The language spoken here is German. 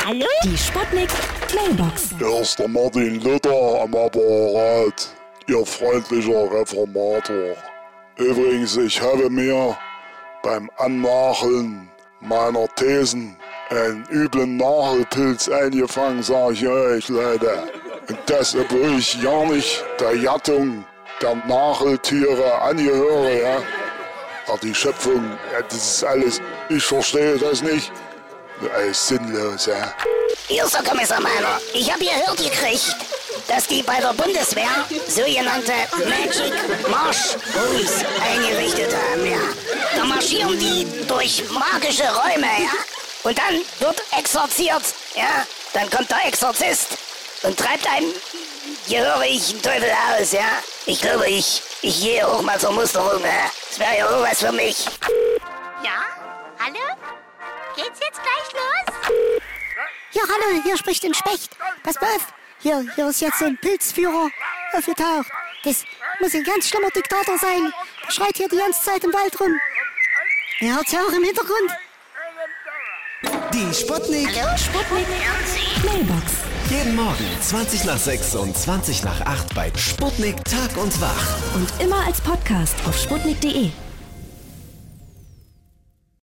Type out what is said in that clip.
Hallo? Die Sputnik Mailbox. Hier ist der Martin Luther am Apparat, Ihr freundlicher Reformator. Übrigens, ich habe mir beim Annacheln meiner Thesen einen üblen Nachelpilz eingefangen, sage ich euch, Leute. Und das, obwohl ich ja nicht der Gattung der Nacheltiere angehöre, ja. Aber die Schöpfung, ja, das ist alles, ich verstehe das nicht. Alles sinnlos, ja. Hier ist der Kommissar Meiner. Ich habe gehört gekriegt, dass die bei der Bundeswehr sogenannte Magic Marsh Rooms eingerichtet haben, ja. Da marschieren die durch magische Räume, ja. Und dann wird exorziert, ja. Dann kommt der Exorzist und treibt einen gehörigen Teufel aus, ja. Ich glaube, ich gehe auch mal zur Musterung, ja. Das wäre ja auch was für mich. Ja? Hallo? Geht's jetzt gleich los? Ja, hallo, hier spricht ein Specht. Pass mal auf, hier ist jetzt so ein Pilzführer aufgetaucht. Das muss ein ganz schlimmer Diktator sein. Der schreit hier die ganze Zeit im Wald rum. Er hört's ja auch im Hintergrund. Die Sputnik. Hallo, Sputnik. Mailbox. Jeden Morgen 20 nach 6 und 20 nach 8 bei Sputnik Tag und Wach. Und immer als Podcast auf sputnik.de.